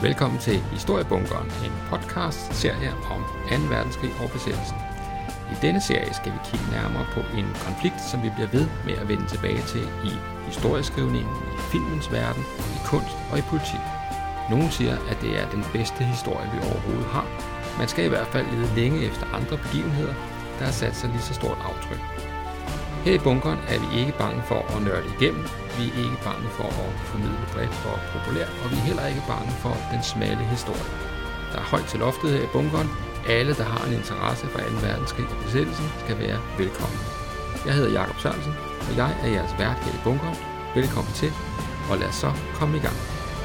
Velkommen til Historiebunkeren, en podcast-serie om 2. verdenskrig og besættelsen. I denne serie skal vi kigge nærmere på en konflikt, som vi bliver ved med at vende tilbage til i historieskrivningen, i filmens verden, i kunst og i politik. Nogle siger, at det er den bedste historie, vi overhovedet har. Man skal i hvert fald lede længe efter andre begivenheder, der har sat sig lige så stort aftryk. Her i bunkeren er vi ikke bange for at nørde igennem, vi er ikke bange for at formidle bredt og populært, og vi er heller ikke bange for den smalle historie. Der er højt til loftet her i bunkeren. Alle, der har en interesse for 2. verdenskrig og besættelsen, skal være velkommen. Jeg hedder Jakob Sørensen, og jeg er jeres vært her i bunkeren. Velkommen til, og lad os så komme i gang.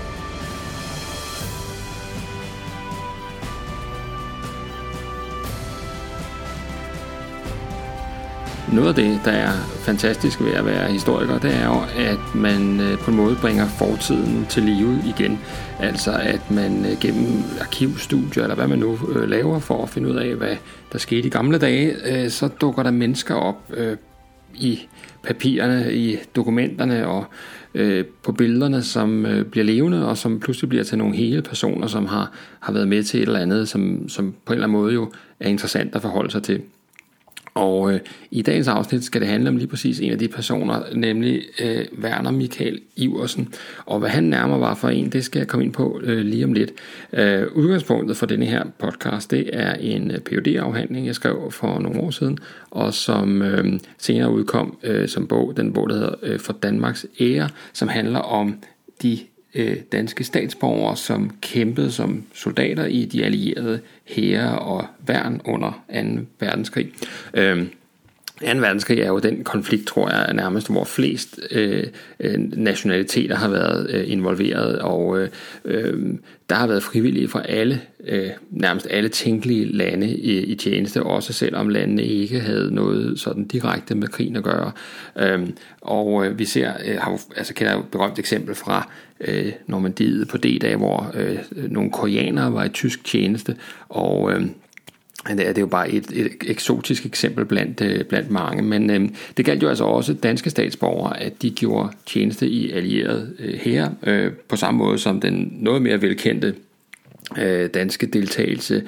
Noget af det, der er fantastisk ved at være historiker, det er jo, at man på en måde bringer fortiden til live igen. Altså at man gennem arkivstudier, eller hvad man nu laver for at finde ud af, hvad der skete i gamle dage, så dukker der mennesker op i papirerne, i dokumenterne og på billederne, som bliver levende, og som pludselig bliver til nogle hele personer, som har været med til et eller andet, som på en eller anden måde jo er interessant at forholde sig til. Og i dagens afsnit skal det handle om lige præcis en af de personer, nemlig Werner Michael Iversen. Og hvad han nærmere var for en, det skal jeg komme ind på lige om lidt. Udgangspunktet for denne her podcast, det er en Ph.D.-afhandling, jeg skrev for nogle år siden, og som senere udkom som bog, den bog, der hedder For Danmarks ære, som handler om de danske statsborgere, som kæmpede som soldater i de allierede hære og værn under 2. verdenskrig. 2. verdenskrig er jo den konflikt, tror jeg, nærmest hvor flest nationaliteter har været involveret, og der har været frivillige fra alle, nærmest alle tænkelige lande i tjeneste, også selvom landene ikke havde noget sådan direkte med krigen at gøre. Og vi ser, kender jeg et berømt eksempel fra Normandiet på D-dag, hvor nogle koreanere var i tysk tjeneste, og det er jo bare et eksotisk eksempel blandt mange, men det galt jo altså også danske statsborgere, at de gjorde tjeneste i allierede hære, på samme måde som den noget mere velkendte danske deltagelse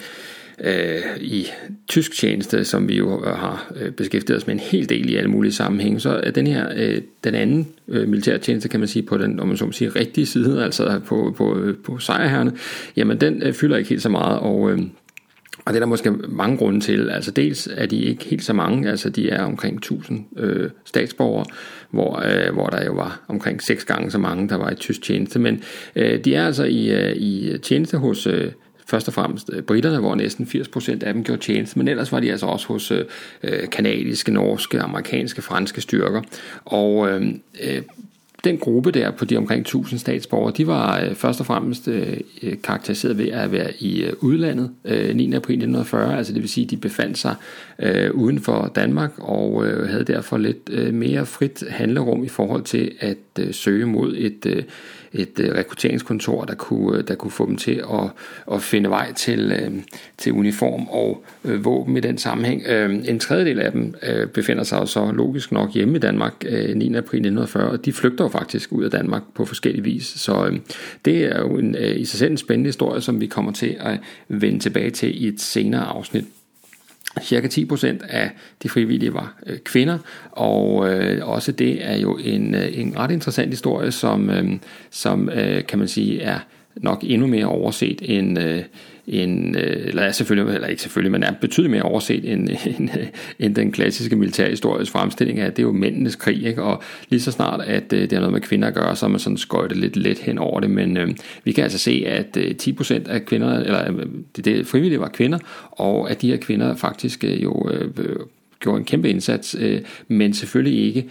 i tysk tjeneste, som vi jo har beskæftiget os med en hel del i alle mulige sammenhænge. Så er den her, den anden militærtjeneste, kan man sige, på den, om man så må sige, rigtige side, altså på sejrherrene, jamen den fylder ikke helt så meget, og det er der måske mange grunde til. Altså dels er de ikke helt så mange, altså de er omkring 1000 statsborgere, hvor der jo var omkring 6 gange så mange, der var i tysk tjeneste. Men de er altså i tjeneste hos først og fremmest britterne, hvor næsten 80% af dem gjorde tjeneste, men ellers var de altså også hos kanadiske, norske, amerikanske, franske styrker. Og den gruppe der på de omkring 1000 statsborgere, de var først og fremmest karakteriseret ved at være i udlandet 9. april 1940, altså det vil sige, at de befandt sig uden for Danmark og havde derfor lidt mere frit handlerum i forhold til at søge mod et rekrutteringskontor, der kunne få dem til at finde vej til uniform og våben i den sammenhæng. En tredjedel af dem befinder sig så logisk nok hjemme i Danmark 9. april 1940, og de flygter jo faktisk ud af Danmark på forskellige vis. Så det er jo i sig selv en spændende historie, som vi kommer til at vende tilbage til i et senere afsnit. Cirka 10% af de frivillige var kvinder, og også det er jo en ret interessant historie, som kan man sige er nok endnu mere overset men er betydeligt mere overset end den klassiske militærhistories fremstilling af, det er jo mændenes krig, ikke? Og lige så snart, at det har noget med kvinder at gøre, så er man sådan skøjtet lidt let hen over det, men vi kan altså se, at 10% af kvinder, eller det frivillige var kvinder, og at de her kvinder faktisk gjorde en kæmpe indsats, men selvfølgelig ikke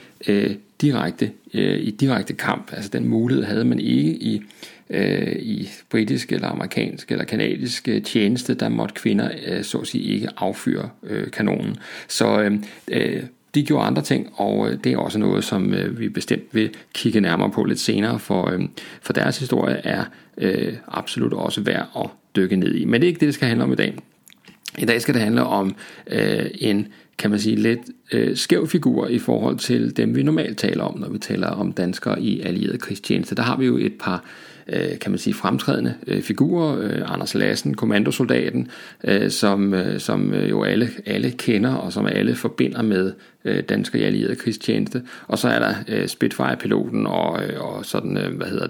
i direkte kamp. Altså den mulighed havde man ikke i britisk eller amerikansk eller kanadisk tjeneste. Der måtte kvinder så at sige ikke affyre kanonen. Så de gjorde andre ting, og det er også noget, som vi bestemt vil kigge nærmere på lidt senere, for deres historie er absolut også værd at dykke ned i. Men det er ikke det, det skal handle om i dag. I dag skal det handle om en kan man sige, lidt skæv figur i forhold til dem, vi normalt taler om, når vi taler om danskere i allieret krigstjeneste. Der har vi jo et par, kan man sige, fremtrædende figurer. Anders Lassen, kommandosoldaten, som jo alle kender, og som alle forbinder med danskere i allieret krigstjeneste. Og så er der Spitfire-piloten og sådan,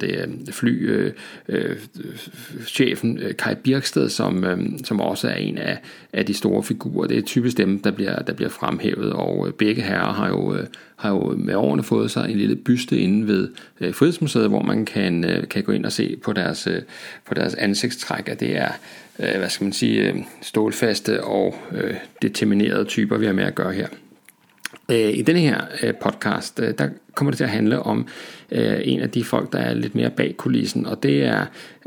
chefen Kai Birksted, som også er en af de store figurer. Det er typisk dem, der bliver fremhævet, og begge herrer har jo med årene fået sig en lille byste inde ved Frihedsmuseet, hvor man kan gå ind og se på deres ansigtstræk, at det er stålfaste og determinerede typer, vi har med at gøre her. I denne her podcast, der kommer det til at handle om en af de folk, der er lidt mere bag kulissen, og det er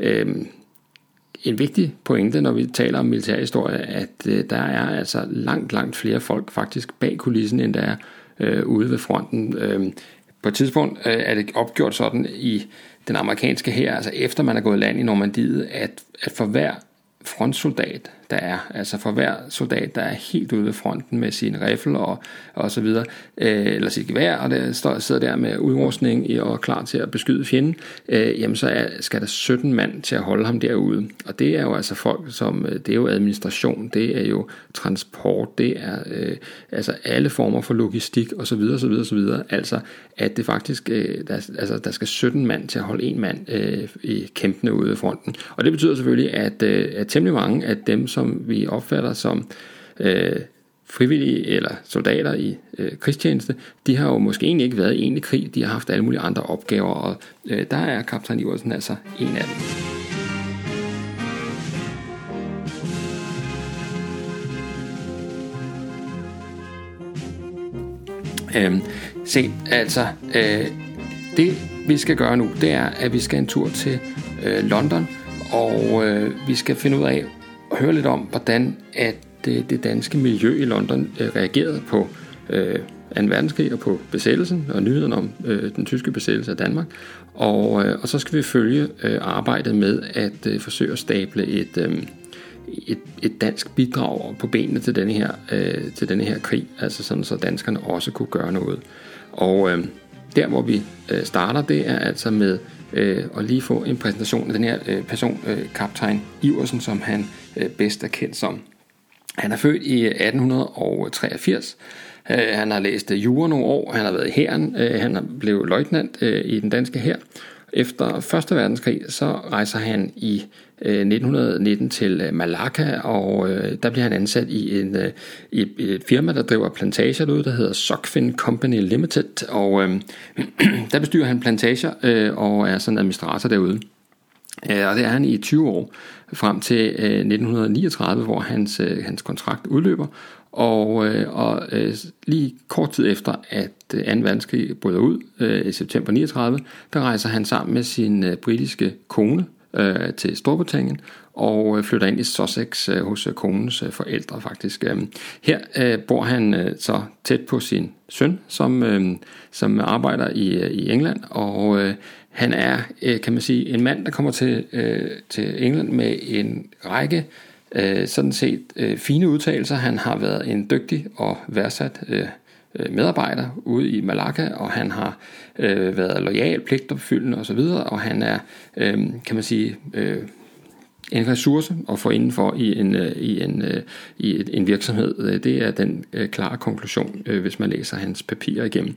en vigtig pointe, når vi taler om militærhistorie, at der er altså langt flere folk faktisk bag kulissen, end der er ude ved fronten. På et tidspunkt er det opgjort sådan i den amerikanske hær, altså efter man er gået land i Normandiet, at for hver frontsoldat, altså for hver soldat, der er helt ude ved fronten med sin riffel og så videre, eller sit gevær, og der sidder der med udrustning og klar til at beskyde fjenden, jamen så skal der 17 mand til at holde ham derude. Og det er jo altså folk, det er jo administration, det er jo transport, det er altså alle former for logistik og så videre. Altså at det faktisk, der skal 17 mand til at holde en mand i kæmpene ude ved fronten. Og det betyder selvfølgelig, at temmelig mange af dem, som vi opfatter som frivillige eller soldater i krigstjeneste, de har jo måske egentlig ikke været i egentlig krig, de har haft alle mulige andre opgaver, og der er kaptajn Iversen altså en af dem. Det vi skal gøre nu, det er, at vi skal en tur til London, og vi skal finde ud af og høre lidt om, hvordan at det danske miljø i London reagerede på 2. verdenskrig og på besættelsen og nyheden om den tyske besættelse af Danmark. Og så skal vi følge arbejdet med at forsøge at stable et dansk bidrag på benene til denne her krig, altså sådan så danskerne også kunne gøre noget. Og der hvor vi starter, det er altså med at lige få en præsentation af den her person, kaptajn Iversen, som han bedst er kendt som. Han er født i 1883. Han har læst jura nogle år, han har været i hæren, han blev løjtnant i den danske hær. Efter 1. verdenskrig, så rejser han i 1919 til Malacca, og der bliver han ansat i et firma, der driver plantager derude, der hedder Sockfin Company Limited, og der bestyrer han plantager og er sådan administrator derude. Og det er han i 20 år, frem til 1939, hvor hans kontrakt udløber, og lige kort tid efter, at 2. verdenskrig bryder ud i september 39, der rejser han sammen med sin britiske kone til Storbritannien og flytter ind i Sussex hos konens forældre faktisk. Her bor han så tæt på sin søn, som arbejder i England, og han er, kan man sige, en mand, der kommer til England med en række sådan set fine udtalelser. Han har været en dygtig og værdsat medarbejder ude i Malacca, og han har været loyal, pligtopfyldende osv., og han er, kan man sige, en ressource at få indenfor i en virksomhed. Det er den klare konklusion, hvis man læser hans papirer igennem.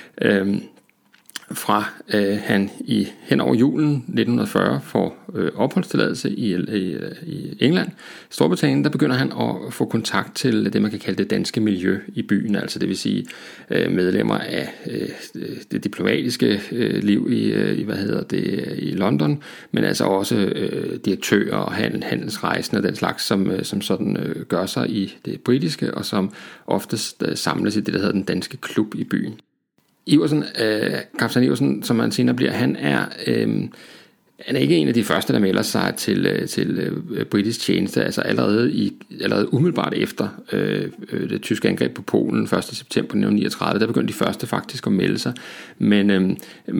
Fra han hen over julen 1940 får opholdstilladelse i England, Storbritannien, der begynder han at få kontakt til det, man kan kalde det danske miljø i byen, altså det vil sige medlemmer af det diplomatiske liv i London, men altså også direktører og handelsrejsende og den slags, som sådan gør sig i det britiske, og som oftest samles i det, der hedder den danske klub i byen. Iversen, kaptajn Iversen, som han senere bliver, han er ikke en af de første, der melder sig til britisk tjeneste, altså allerede umiddelbart efter det tyske angreb på Polen 1. september 1939, der begyndte de første faktisk at melde sig, men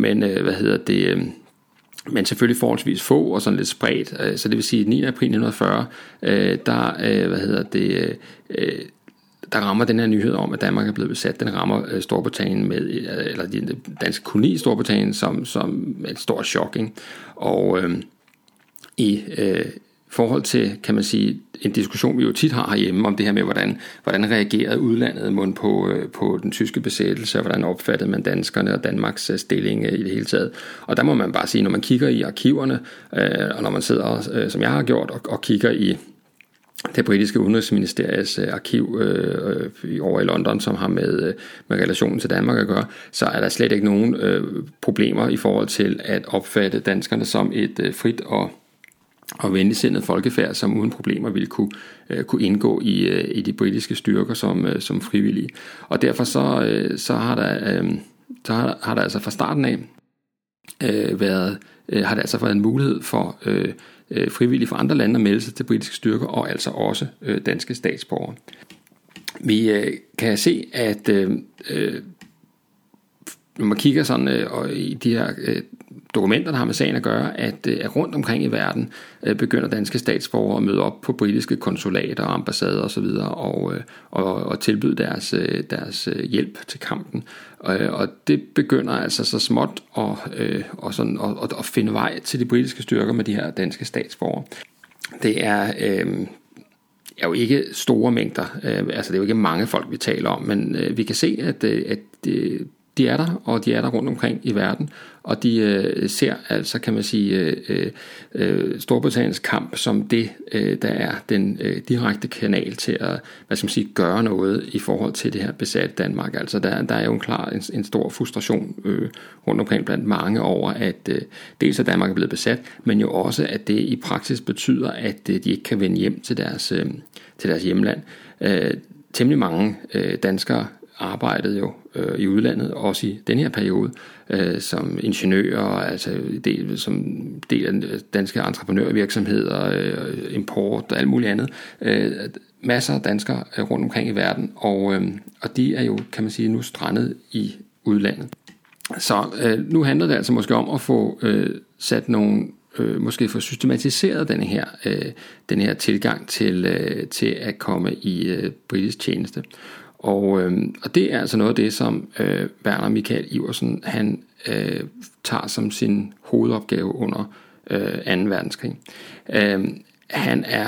selvfølgelig forholdsvis få og sådan lidt spredt, så det vil sige 9. april 1940, der rammer den her nyhed om, at Danmark er blevet besat, den rammer Storbritannien med, eller den danske koloni i Storbritannien som et stort chok, ikke? Og i forhold til, kan man sige, en diskussion, vi jo tit har herhjemme om det her med, hvordan reagerede udlandet på den tyske besættelse, og hvordan opfattede man danskerne og Danmarks stilling i det hele taget. Og der må man bare sige, når man kigger i arkiverne, og når man sidder, som jeg har gjort, og kigger i det britiske udenrigsministeriets arkiv over i London, som har med relationen til Danmark at gøre, så er der slet ikke nogen problemer i forhold til at opfatte danskerne som et frit og venligsindet folkefærd, som uden problemer ville kunne indgå i de britiske styrker som frivillige. Og derfor så har der altså fra starten af været en mulighed for frivillige fra andre lande at melde sig til britiske styrker, og altså også danske statsborgere. Vi kan se, at når man kigger sådan i de her dokumenter, der har med sagen at gøre, at rundt omkring i verden begynder danske statsborgere at møde op på britiske konsulater og ambassader osv. og tilbyde deres hjælp til kampen. Og det begynder altså så småt at finde vej til de britiske styrker med de her danske statsborgere. Det er jo ikke store mængder, altså det er jo ikke mange folk, vi taler om, men vi kan se, at de er der, og de er der rundt omkring i verden, og de ser altså, kan man sige, Storbritanniens kamp som det, der er den direkte kanal til at, hvad skal man sige, gøre noget i forhold til det her besatte Danmark. Altså der er jo en stor frustration rundt omkring blandt mange over, at dels at Danmark er blevet besat, men jo også, at det i praksis betyder, at de ikke kan vende hjem til deres hjemland. Temmelig mange danskere arbejdede jo i udlandet, også i den her periode, som ingeniører, altså som del af danske entreprenørvirksomheder, import og alt muligt andet. Masser af danskere rundt omkring i verden, og de er jo, kan man sige, nu strandet i udlandet. Så nu handler det altså måske om at få sat nogle måske få systematiseret den her tilgang til at komme i britisk tjeneste. Og det er altså noget af det, som Werner Michael Iversen han tager som sin hovedopgave under 2. verdenskrig. Han er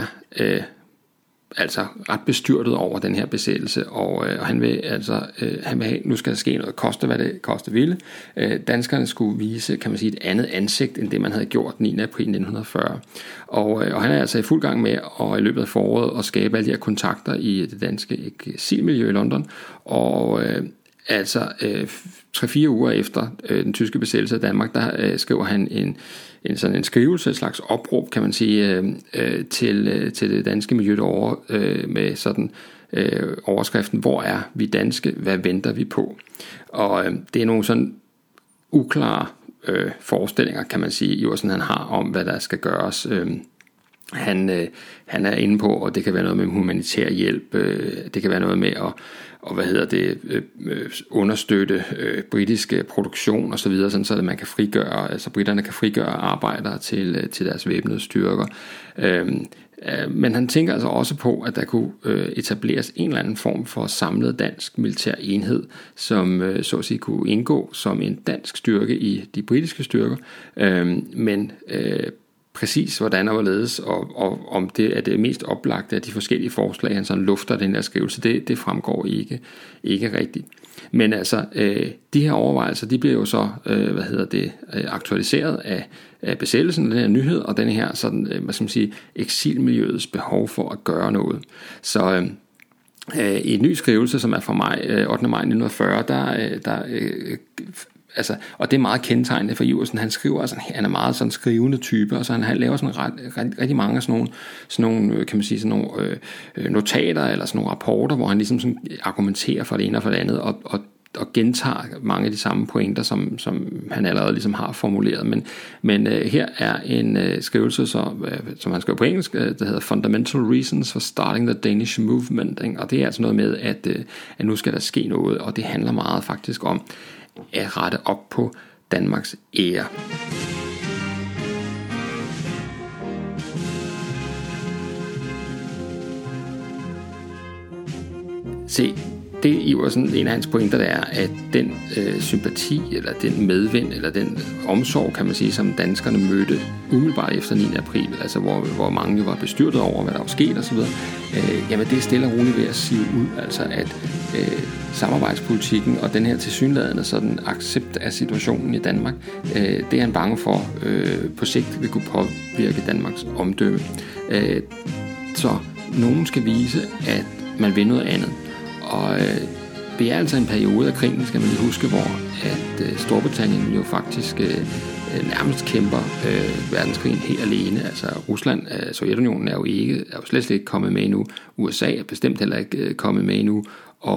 altså ret bestyrtet over den her besættelse, og han vil have, nu skal der ske noget, koste hvad det koste ville. Danskerne skulle vise, kan man sige, et andet ansigt, end det man havde gjort 9. april 1940. Og han er altså i fuld gang med at i løbet af foråret at skabe alle de her kontakter i det danske eksilmiljø i London, og altså 3-4 uger efter den tyske besættelse af Danmark, der skriver han en skrivelse, et slags opråb, kan man sige, til det danske miljø derovre, med sådan overskriften, hvor er vi danske, hvad venter vi på? Og det er nogle sådan uklare forestillinger, kan man sige, Iversen han har om, hvad der skal gøres. Han er inde på, og det kan være noget med humanitær hjælp, det kan være noget med at understøtte britiske produktion og så videre, sådan så at man kan frigøre, altså britterne kan frigøre arbejdere til deres væbnede styrker. Men han tænker altså også på, at der kunne etableres en eller anden form for samlet dansk militær enhed, som så at sige kunne indgå som en dansk styrke i de britiske styrker, men præcis hvordan og hvorledes, og om det er det mest oplagte af de forskellige forslag, han sådan lufter den her skrivelse, det fremgår ikke rigtigt. Men altså, de her overvejelser, de bliver jo så, aktualiseret af besættelsen, den her nyhed, og den her sådan, eksilmiljøets behov for at gøre noget. Så i en ny skrivelse, som er fra maj, 8. maj 1940, altså, og det er meget kendetegnende for Iversen. Han skriver, altså, han er meget sådan skrivende type, og så han laver sådan rigtig mange sådan nogle, kan man sige, sådan nogle notater eller sådan nogle rapporter, hvor han ligesom sådan argumenterer for det ene og for det andet, og gentager mange af de samme pointer, som han allerede ligesom har formuleret. Men her er en skrivelse, som han skriver på engelsk, der hedder Fundamental Reasons for Starting the Danish Movement, ikke? Og det er altså noget med, at nu skal der ske noget, og det handler meget faktisk om at rette op på Danmarks ære. Se, det Iversen, en af hans pointer, det er, at den sympati, eller den medvind, eller den omsorg, kan man sige, som danskerne mødte umiddelbart efter 9. april, altså hvor mange jo var bestyrtet over, hvad der var sket osv., jamen det er stille og roligt ved at sive ud, altså at samarbejdspolitikken og den her tilsyneladende sådan accept af situationen i Danmark, det er han bange for på sigt vil kunne påvirke Danmarks omdømme. Så nogen skal vise, at man vil noget andet. Og det er altså en periode af krigen, skal man lige huske, hvor at Storbritannien jo faktisk nærmest kæmper verdenskrigen helt alene. Altså Rusland, Sovjetunionen er jo slet ikke kommet med endnu. USA er bestemt heller ikke kommet med endnu.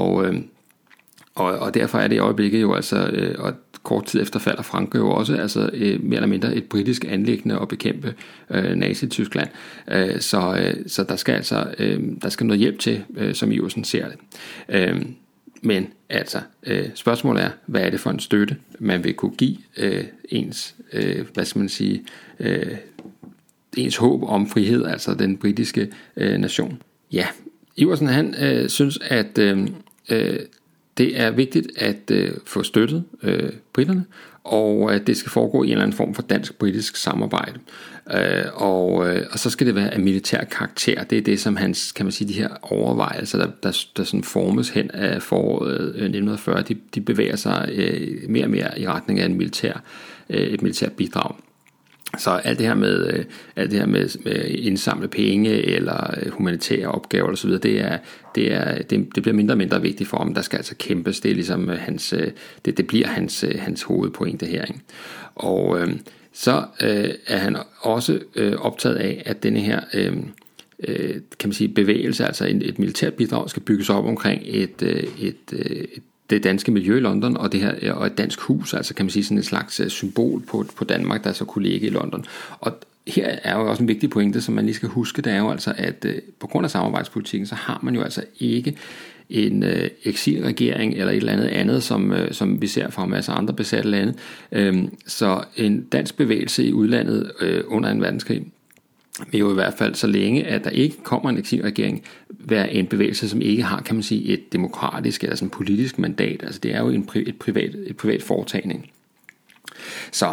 Og derfor er det i øjeblikket jo altså, og kort tid efter falder Frankrig jo også, altså mere eller mindre et britisk anliggende at bekæmpe Nazi-Tyskland. Så der skal altså der skal noget hjælp til, som Iversen ser det. Men altså, spørgsmålet er, hvad er det for en støtte, man vil kunne give ens, hvad skal man sige, ens håb om frihed, altså den britiske nation. Ja, Iversen han synes, at det er vigtigt at få støttet britterne, og at det skal foregå i en eller anden form for dansk-britisk samarbejde. Og så skal det være af militær karakter. Det er det, som hans, kan man sige, de her overvejelser, der sådan formes hen af foråret 1940, de bevæger sig mere og mere i retning af et militært bidrag. Så alt det her med indsamle penge eller humanitære opgaver og så videre, det bliver mindre og mindre vigtigt for ham. Der skal altså kæmpes. Det er ligesom det bliver hans hovedpointe her, ikke? Og så er han også optaget af, at denne her kan man sige bevægelse, altså et militært bidrag, skal bygges op omkring det danske miljø i London og et dansk hus, altså kan man sige sådan et slags symbol på Danmark, der så kunne ligge i London. Og her er jo også en vigtig pointe, som man lige skal huske, det er jo altså, at på grund af samarbejdspolitikken, så har man jo altså ikke en eksilregering eller et eller andet, som vi ser fra en masse andre besatte lande. Så en dansk bevægelse i udlandet under en verdenskrig vil jo i hvert fald, så længe at der ikke kommer en eksilregering, være en bevægelse, som ikke har, kan man sige, et demokratisk eller sådan politisk mandat. Altså det er jo et privat foretagning. Så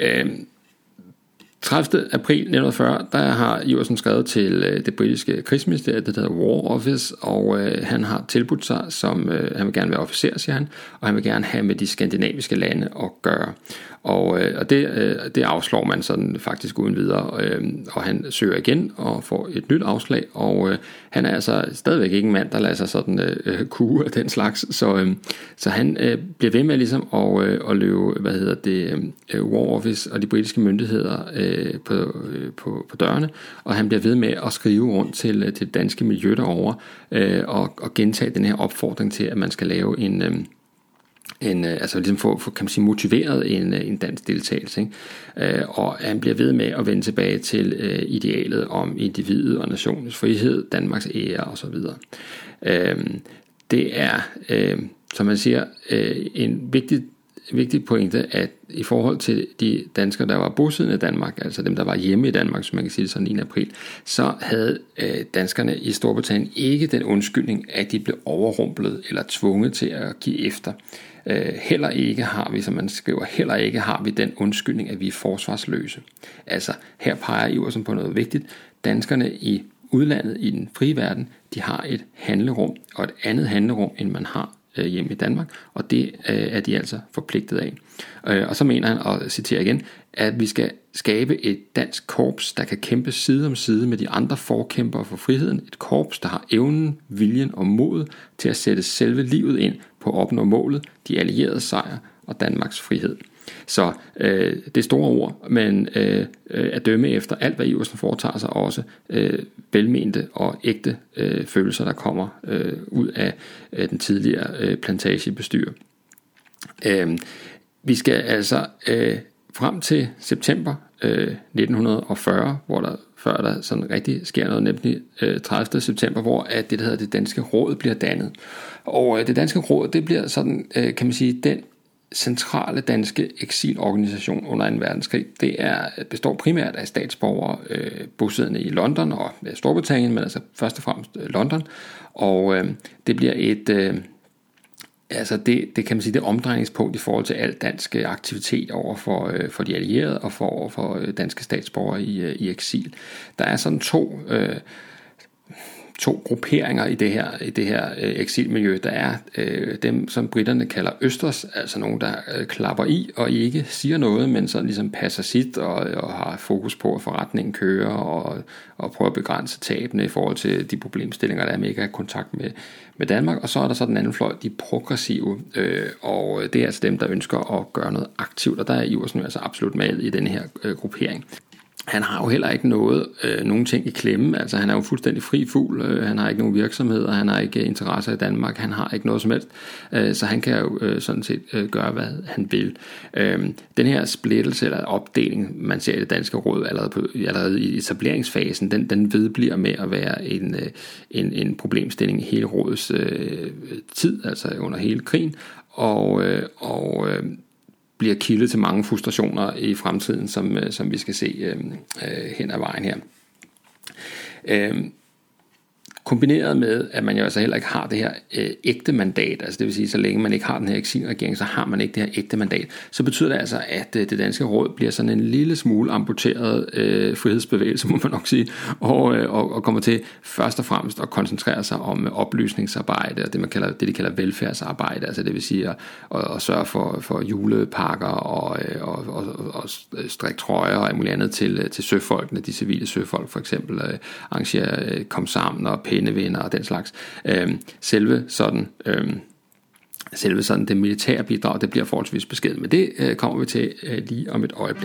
30. april 1940, der har Iversen skrevet til det britiske krigsministeriet, det hedder War Office, og han har tilbudt sig, som han vil gerne være officer, siger han, og han vil gerne have med de skandinaviske lande at gøre. Og det afslår man sådan faktisk uden videre, og han søger igen og får et nyt afslag, og han er altså stadigvæk ikke en mand, der lader sig sådan kue af den slags, så han bliver ved med ligesom at løbe, War Office og de britiske myndigheder på dørene, og han bliver ved med at skrive rundt til det danske miljø derovre, og gentage den her opfordring til, at man skal lave altså ligesom få kan man sige, motiveret en dansk deltagelse, ikke? Og han bliver ved med at vende tilbage til idealet om individet og nationens frihed, Danmarks ære og så videre. Det er, som man siger, en vigtig pointe, at i forhold til de danskere, der var bosiddende i Danmark, altså dem, der var hjemme i Danmark, som man kan sige det sådan 9. april, så havde danskerne i Storbritannien ikke den undskyldning, at de blev overrumplet eller tvunget til at give efter. Heller ikke har vi den undskyldning, at vi er forsvarsløse. Altså her peger Iversen på noget vigtigt. Danskerne i udlandet, i den frie verden, de har et handlerum, og et andet handlerum, end man har hjemme i Danmark, og det er de altså forpligtet af. Og så mener han, og citerer igen, at vi skal skabe et dansk korps, der kan kæmpe side om side med de andre forkæmpere for friheden. Et korps, der har evnen, viljen og modet til at sætte selve livet ind på at opnå målet, de allierede sejr og Danmarks frihed. Så det er store ord, men at dømme efter alt, hvad Iversen foretager sig, også velmente og ægte følelser, der kommer ud af den tidligere plantagebestyrer. Vi skal altså frem til september 1940, før der sådan rigtig sker noget, nemlig 30. september, hvor at det, der hedder det danske råd, bliver dannet. Og det danske råd, det bliver sådan, kan man sige, den centrale danske eksilorganisation under 2. verdenskrig, det består primært af statsborgere bosiddende i London og Storbritannien, men altså først og fremmest London. Og det bliver det kan man sige, det omdrejningspunkt i forhold til al dansk aktivitet over for de allierede og for danske statsborgere i eksil. Der er sådan to grupperinger i det her eksilmiljø. Der er dem, som britterne kalder østers, altså nogen, der klapper i og ikke siger noget, men sådan ligesom passer sit og har fokus på, at forretningen kører og prøver at begrænse tabene i forhold til de problemstillinger, der er med ikke at have kontakt med Danmark. Og så er der så den anden fløj, de progressive, og det er altså dem, der ønsker at gøre noget aktivt, og der er Iversen altså absolut med i den her gruppering. Han har jo heller ikke nogen ting i klemme, altså han er jo fuldstændig fri fugl, han har ikke nogen virksomheder, han har ikke interesser i Danmark, han har ikke noget som helst, så han kan jo sådan set gøre, hvad han vil. Den her splittelse eller opdeling, man ser i det danske råd allerede i etableringsfasen, den vedbliver med at være en problemstilling i hele rådets tid, altså under hele krigen, og bliver kilde til mange frustrationer i fremtiden, som vi skal se hen ad vejen her. Kombineret med, at man jo altså heller ikke har det her ægte mandat, altså det vil sige, så længe man ikke har den her eksilregering, så har man ikke det her ægte mandat, så betyder det altså, at det danske råd bliver sådan en lille smule amputeret frihedsbevægelse, må man nok sige, og kommer til først og fremmest at koncentrere sig om oplysningsarbejde, og det de kalder velfærdsarbejde, altså det vil sige at sørge for julepakker og strik trøjer og alt muligt andet til søfolkene, de civile søfolk for eksempel, arrangere kom sammen og pennevinder og den slags. Selve sådan det militære bidrag, det bliver forholdsvis beskedent, men det kommer vi til lige om et øjeblik.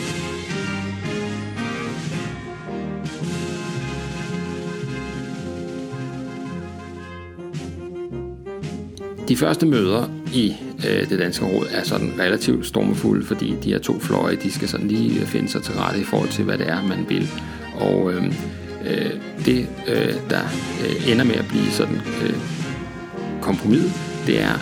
De første møder i det danske råd er sådan relativt stormfulde, fordi de her to fløje, de skal sådan lige finde sig til rette i forhold til, hvad det er, man vil. Og det, der ender med at blive sådan kompromis, det er,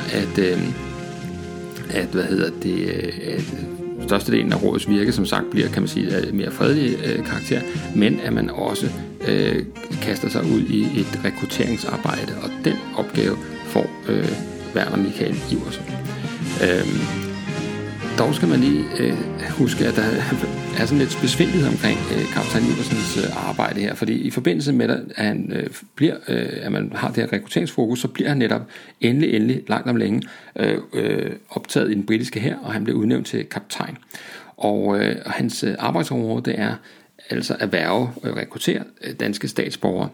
at størstedelen af rådets virke, som sagt, bliver, kan man sige, af mere fredelig karakter, men at man også kaster sig ud i et rekrutteringsarbejde, og den opgave får Werner Michael Iversen. Dog skal man lige huske, at der er sådan lidt besvindelighed omkring kaptajn Iversens arbejde her, fordi i forbindelse med, at man har det her rekrutteringsfokus, så bliver han netop endelig langt om længe optaget i den britiske hær, og han bliver udnævnt til kaptajn. Og hans arbejdsområde, det er altså at hverve og rekruttere danske statsborgere.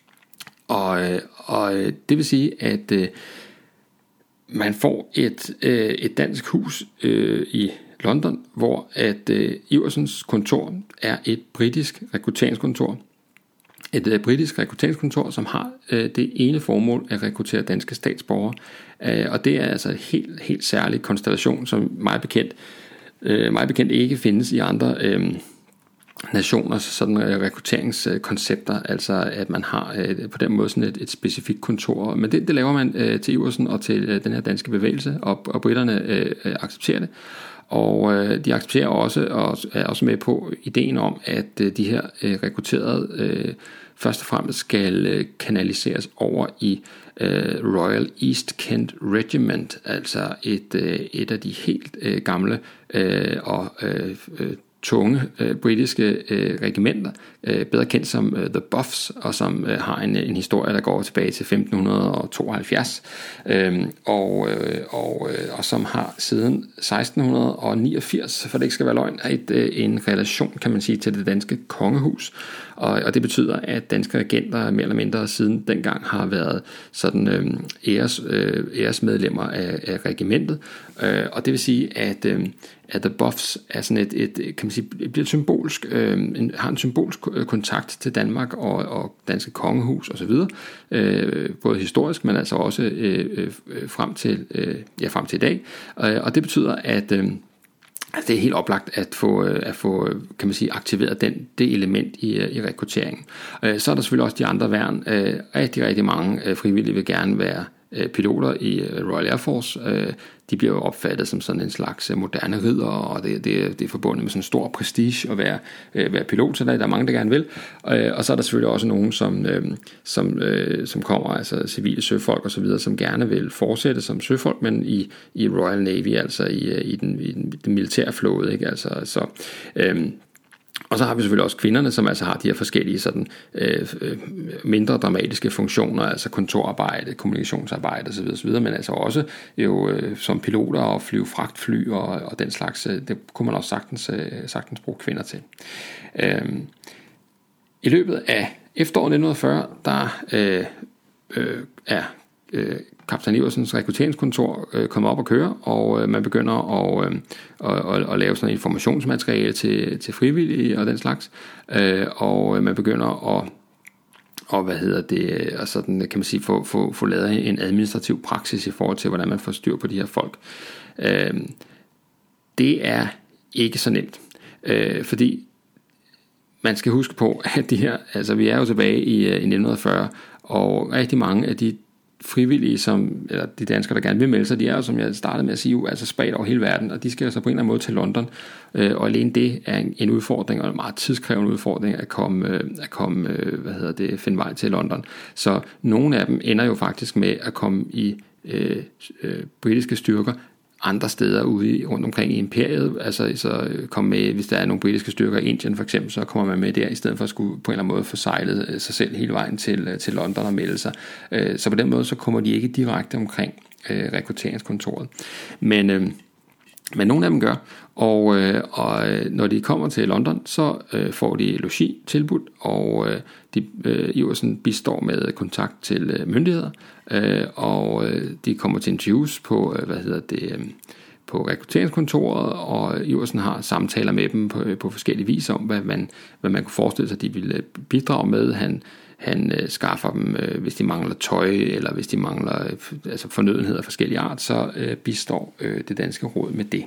Og det vil sige, at man får et dansk hus i London, hvor at Iversens kontor er et britisk rekrutteringskontor. Et britisk rekrutteringskontor, som har det ene formål at rekruttere danske statsborgere. Og det er altså en helt særlig konstellation, som mig bekendt ikke findes i andre nationers sådan rekrutteringskoncepter, altså at man har på den måde sådan et specifikt kontor, men det laver man til Iversen og til den her danske bevægelse, og britterne accepterer det, og de accepterer også og er også med på ideen om, at de her rekrutterede først og fremmest skal kanaliseres over i Royal East Kent Regiment, altså et af de helt gamle og tunge britiske regimenter, bedre kendt som The Buffs, og som har en historie, der går tilbage til 1572, og som har siden 1689, for det ikke skal være løgn, en relation, kan man sige, til det danske kongehus. Og det betyder, at danske regenter mere eller mindre siden dengang har været sådan æresmedlemmer af regimentet, og det vil sige, at The Buffs er sådan kan man sige, bliver symbolsk, har en symbolsk kontakt til Danmark og danske kongehus og så videre, både historisk, men altså også frem til i dag, og det betyder, at det er helt oplagt at få kan man sige, aktiveret det element i rekrutteringen. Så er der selvfølgelig også de andre værn. Rigtig mange frivillige vil gerne være piloter i Royal Air Force, de bliver jo opfattet som sådan en slags moderne ridder, og det er forbundet med sådan en stor prestige at være pilot, så der er mange, der gerne vil. Og så er der selvfølgelig også nogen, som kommer, altså civile søfolk og så videre, som gerne vil fortsætte som søfolk, men i Royal Navy, altså i den militære flåde, ikke? Altså, så og så har vi selvfølgelig også kvinderne, som altså har de her forskellige sådan, mindre dramatiske funktioner, altså kontorarbejde, kommunikationsarbejde osv., men altså også jo som piloter og flyve fragtfly og den slags, det kunne man også sagtens bruge kvinder til. I løbet af efteråret 1940, der er kaptajn Iversens rekrutteringskontor kommer op og køre, og man begynder at lave sådan informationsmateriale til frivillige og den slags, og man begynder og sådan kan man sige få lavet en administrativ praksis i forhold til hvordan man får styr på de her folk. Det er ikke så nemt, fordi man skal huske på, at vi er jo tilbage i 1940, og rigtig mange af de frivillige, eller de danskere, der gerne vil melde sig, de er jo, som jeg startede med at sige, altså spredt over hele verden, og de skal jo så på en eller anden måde til London, og alene det er en udfordring, og en meget tidskrævende udfordring at finde vej til London. Så nogle af dem ender jo faktisk med at komme i britiske styrker andre steder ude rundt omkring i imperiet, altså så komme med, hvis der er nogle britiske styrker i Indien for eksempel, så kommer man med der, i stedet for at skulle på en eller anden måde få sejlet sig selv hele vejen til London og melde sig. Så på den måde, så kommer de ikke direkte omkring rekrutteringskontoret. Men nogle af dem gør, og når de kommer til London, så får de logi tilbudt, og Iversen bistår med kontakt til myndigheder, og de kommer til interviews på på rekrutteringskontoret, og Iversen har samtaler med dem på forskellige vis om, hvad man kunne forestille sig, de ville bidrage med. Han skaffer dem, hvis de mangler tøj, eller hvis de mangler fornødenheder af forskellige art, så bistår det danske råd med det.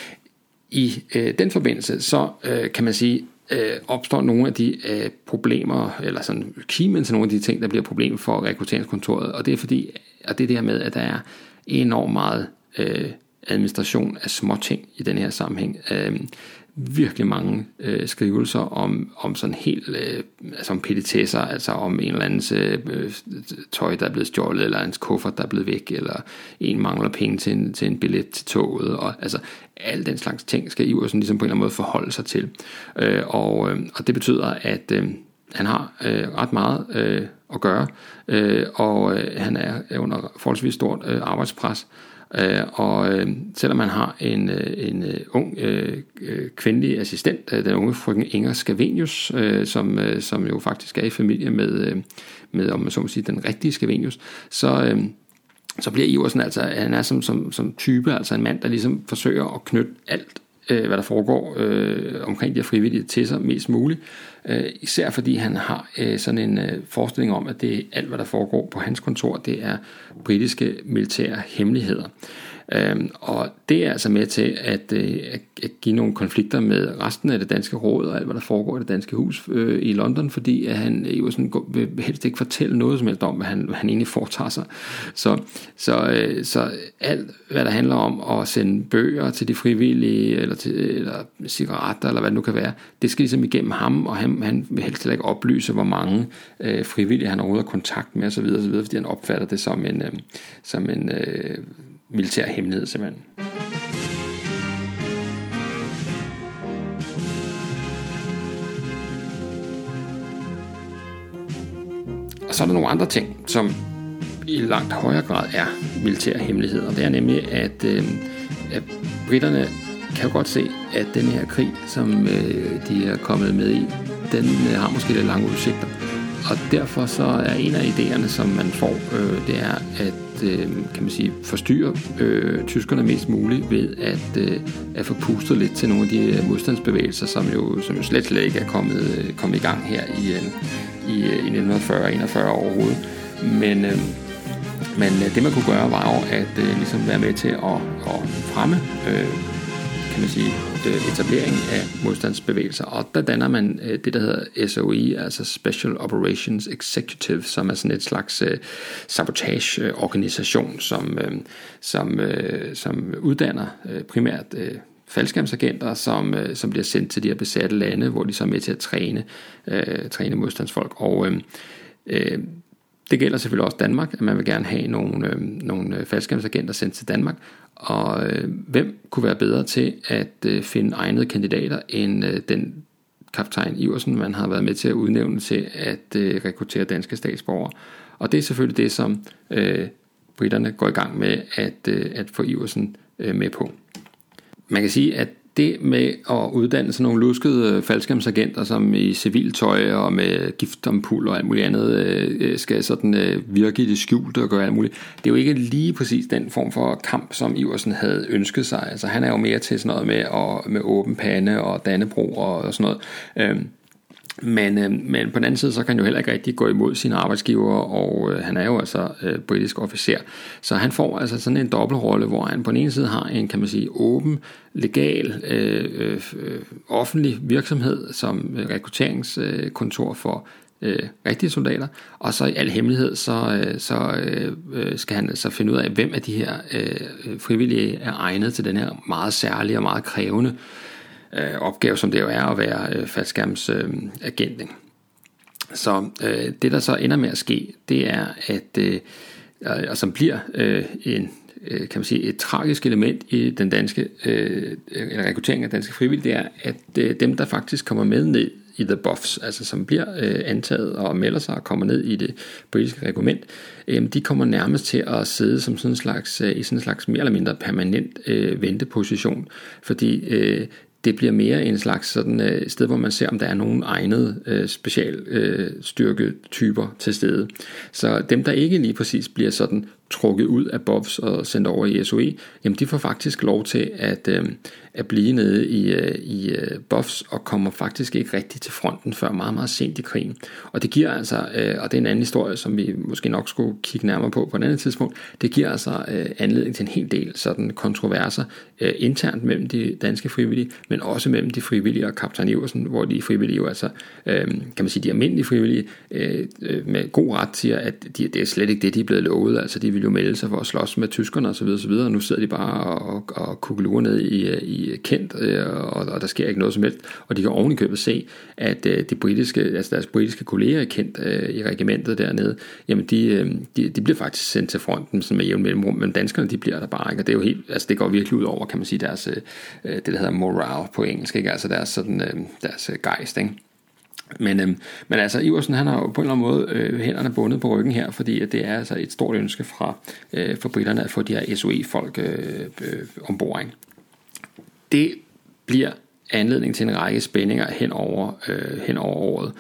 I den forbindelse, så kan man sige, opstår nogle af de problemer, eller sådan kimen til nogle af de ting, der bliver problemer for rekrutteringskontoret, og det er fordi, og det er det her med, at der er enormt meget administration af småting i den her sammenhæng. Virkelig mange skrivelser om sådan helt altså om petitesser, altså om en eller andens tøj, der er blevet stjålet, eller ens kuffert, der er blevet væk, eller en mangler penge til en billet til toget, og altså alle den slags ting skal Iversen ligesom på en eller anden måde forholde sig til. Og det betyder, at han har ret meget at gøre, og han er under forholdsvis stort arbejdspres. Og selvom man har en ung kvindelig assistent, den unge frøken Inger Scavenius, som jo faktisk er i familie med om man så må sige, den rigtige Scavenius, så bliver Iversen altså, han er som type, altså en mand, der ligesom forsøger at knytte alt, hvad der foregår omkring de her frivillige til sig mest muligt, især fordi han har sådan en forestilling om, at det alt, hvad der foregår på hans kontor, det er britiske militære hemmeligheder. Og det er altså med til at give nogle konflikter med resten af det danske råd og alt, hvad der foregår i det danske hus i London, fordi at han jo sådan vil helst ikke fortælle noget som helst om, hvad han egentlig foretager sig. Så alt, hvad der handler om at sende bøger til de frivillige, eller cigaretter, eller hvad det nu kan være, det skal ligesom igennem ham, og han vil helst ikke oplyse, hvor mange frivillige han har ude af kontakt med, osv., fordi han opfatter det som en militær hemmelighed simpelthen. Og så er der nogle andre ting, som i langt højere grad er militære hemmeligheder. Det er nemlig, at britterne kan jo godt se, at den her krig, som de er kommet med i, den har måske lidt lange udsigter. Og derfor så er en af idéerne, som man får, det er at kan man sige, forstyrre tyskerne mest muligt ved at få pustet lidt til nogle af de modstandsbevægelser, som jo slet ikke er kommet i gang her i 1940-41 overhovedet. Men det man kunne gøre var jo at ligesom være med til at fremme kan man sige etablering af modstandsbevægelser, og der danner man det, der hedder SOE, altså Special Operations Executive, som er sådan et slags sabotageorganisation, som uddanner primært faldskærmsagenter, som bliver sendt til de her besatte lande, hvor de så er med til at træne modstandsfolk. Og det gælder selvfølgelig også Danmark, at man vil gerne have nogle faldskærmsagenter sendt til Danmark. Og hvem kunne være bedre til at finde egnede kandidater end den kaptajn Iversen, man har været med til at udnævne til at rekruttere danske statsborgere. Og det er selvfølgelig det, som britterne går i gang med at få Iversen med på. Man kan sige, at det med at uddanne sådan nogle luskede faldskærmsagenter, som i civiltøj og med giftampuller og alt muligt andet, skal sådan virke i det skjulte og gøre alt muligt, det er jo ikke lige præcis den form for kamp, som Iversen havde ønsket sig. Altså han er jo mere til sådan noget med åben pande og Dannebrog og sådan noget. Men på den anden side, så kan han jo heller ikke rigtig gå imod sine arbejdsgiver, og han er jo altså britisk officer. Så han får altså sådan en dobbeltrolle, hvor han på den ene side har en, kan man sige, åben, legal, offentlig virksomhed som rekrutteringskontor for rigtige soldater, og så i al hemmelighed, så skal han så finde ud af, hvem af de her frivillige er egnet til den her meget særlige og meget krævende opgave, som det jo er at være faldskærmsagent. Så det der så ender med at ske, det er at og som bliver kan man sige et tragisk element i den danske rekruttering af danske frivillige, det er at dem der faktisk kommer med ned i The Buffs, altså som bliver antaget og melder sig og kommer ned i det britiske regiment, de kommer nærmest til at sidde som sådan en slags mere eller mindre permanent venteposition, fordi det bliver mere en slags sådan sted, hvor man ser, om der er nogle egnede specialstyrketyper til stede. Så dem, der ikke lige præcis bliver sådan trukket ud af BOFs og sendt over i SOE, jamen de får faktisk lov til at blive nede i BOFs og kommer faktisk ikke rigtig til fronten før meget, meget sent i krigen. Og det giver altså, og det er en anden historie, som vi måske nok skulle kigge nærmere på et andet tidspunkt, det giver altså anledning til en hel del sådan kontroverser internt mellem de danske frivillige, men også mellem de frivillige og kaptajn Iversen, hvor de frivillige jo altså, kan man sige, de almindelige frivillige med god ret siger, at det er slet ikke det, de er blevet lovet, altså de vil jo melde sig for at slås med tyskerne osv., og nu sidder de bare og kukkelurer ned i Kent, og der sker ikke noget som helst, og de kan ovenikøbet se, at deres britiske kolleger i Kent i regimentet dernede, jamen de bliver faktisk sendt til fronten sådan med jævn mellemrum, men danskerne de bliver der bare ikke, og det er jo helt, altså det går virkelig ud over, kan man sige, deres det der hedder morale på engelsk, ikke? Altså deres gejst, ikke? Men altså Iversen, han har jo på en eller anden måde hænderne bundet på ryggen her, fordi det er altså et stort ønske for britterne at få de her SOE-folk ombord. Det bliver anledning til en række spændinger hen over året,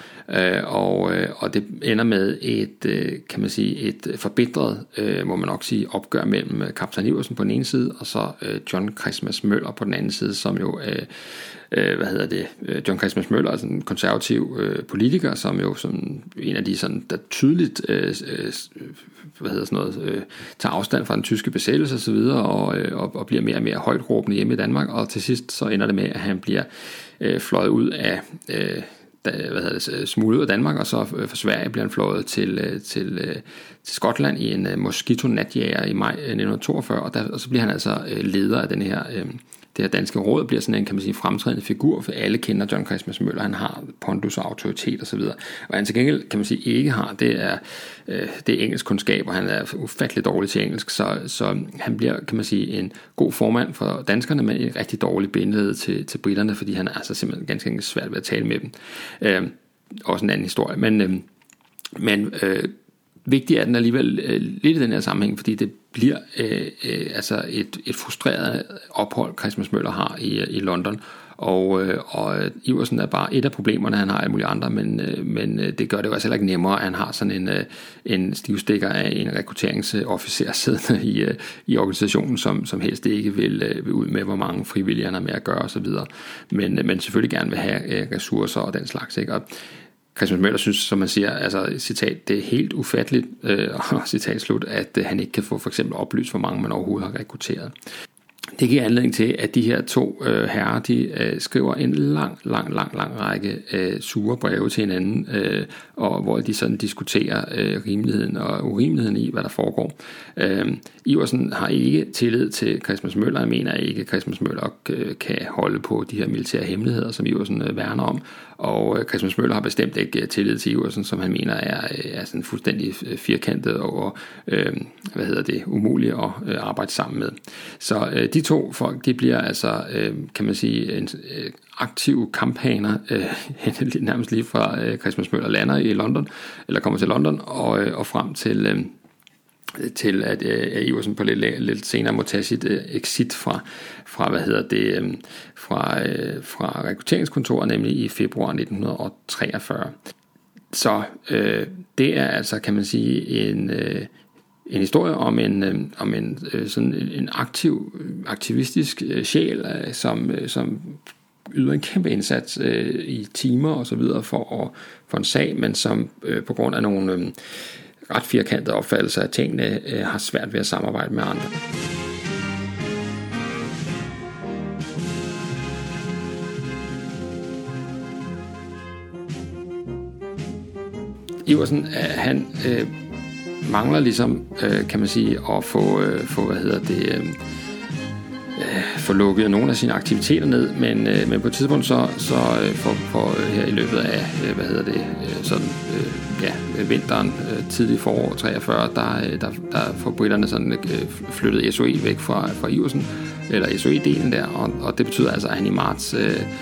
og det ender med kan man sige, et forbitret, må man nok sige, opgør mellem kaptajn Iversen på den ene side, og så John Christmas Møller på den anden side, som jo John Christmas Møller er sådan en konservativ politiker, som jo som en af de sådan, der tydeligt tager afstand fra den tyske besættelse og så videre, og bliver mere og mere højtråbende hjemme i Danmark, og til sidst så ender det med, at han bliver fløjet ud af smuglet ud af Danmark, og så fra Sverige bliver han fløjet til Skotland i en Mosquito-natjager i maj 1942, og så bliver han altså leder af den her det her danske råd, bliver sådan en, kan man sige, fremtrædende figur, for alle kender John Christmas Møller, han har pondus og autoritet og så videre. Og han til gengæld, kan man sige, ikke har, det er engelsk kundskab, og han er ufattelig dårlig til engelsk, så han bliver, kan man sige, en god formand for danskerne, men en rigtig dårlig bindeled til britterne, fordi han er altså simpelthen ganske enkelt svært ved at tale med dem. Også en anden historie, men vigtigt er den alligevel lidt i den her sammenhæng, fordi det bliver altså et frustreret ophold, Christmas Møller har i London, og Iversen er bare et af problemerne, han har alle mulige andre, men det gør det jo altså heller ikke nemmere, at han har sådan en stivstikker af en rekrutteringsofficer siddende i organisationen, som helst ikke vil ud med, hvor mange frivillige han har med at gøre osv., men selvfølgelig gerne vil have ressourcer og den slags, ikke? Og Christmas Møller synes, som man siger, altså citat, det er helt ufatteligt, citat slut, at han ikke kan få for eksempel oplyst, hvor mange man overhovedet har rekrutteret. Det giver anledning til, at de her to herrer, de skriver en lang række sure breve til hinanden, og hvor de sådan diskuterer rimeligheden og urimeligheden i, hvad der foregår. Iversen har ikke tillid til Christmas Møller. Jeg mener ikke, at Christmas Møller kan holde på de her militære hemmeligheder, som Iversen værner om. Og Christmas Møller har bestemt ikke tillid til Iversen, som han mener er sådan fuldstændig firkantet og umuligt at arbejde sammen med. Så de to folk, de bliver altså, kan man sige, en aktive kamphaner, nærmest lige fra Christmas Møller lander i London, eller kommer til London, og frem til at Iversen på lidt senere må tage sit exit fra rekrutteringskontoret, nemlig i februar 1943. Så det er altså, kan man sige, en historie om en aktivistisk sjæl, som yder en kæmpe indsats i timer og så videre for en sag, men som på grund af nogle ret firkantede opfattelser af tingene har svært ved at samarbejde med andre. Iversen, han mangler ligesom, kan man sige, at få lukket nogle af sine aktiviteter ned, men på et tidspunkt så her i løbet af vinteren, tidlig forår 43, der får britterne sådan flyttet SOE væk fra Iversen, eller SOE-delen der, og det betyder altså, at han i marts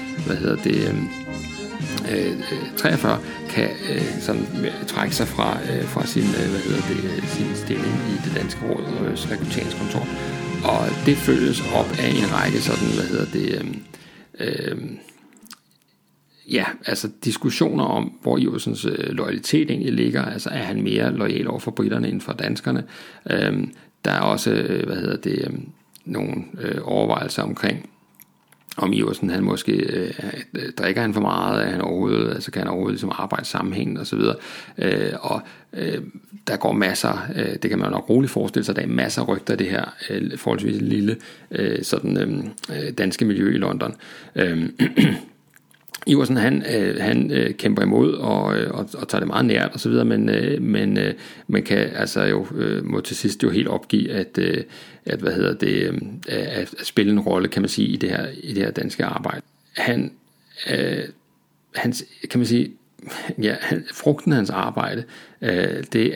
43 kan sådan trække sig fra sin stilling i det danske råds rekrutteringskontor. Og det følges op af en række diskussioner om, hvor Iversens loyalitet egentlig ligger. Altså, er han mere loyal over for britterne end for danskerne? Der er også, nogle overvejelser omkring, om Iversen, han måske drikker han for meget, kan han overhovedet ligesom arbejde sammenhængende osv. Der går masser, det kan man nok roligt forestille sig, der er masser af rygter af det her forholdsvis lille danske miljø i London. Iversen, han kæmper imod og tager det meget nært og så videre, men man kan altså jo må til sidst jo helt opgive at spille en rolle, kan man sige, i det her danske arbejde. Hans, kan man sige, frugten af hans arbejde, det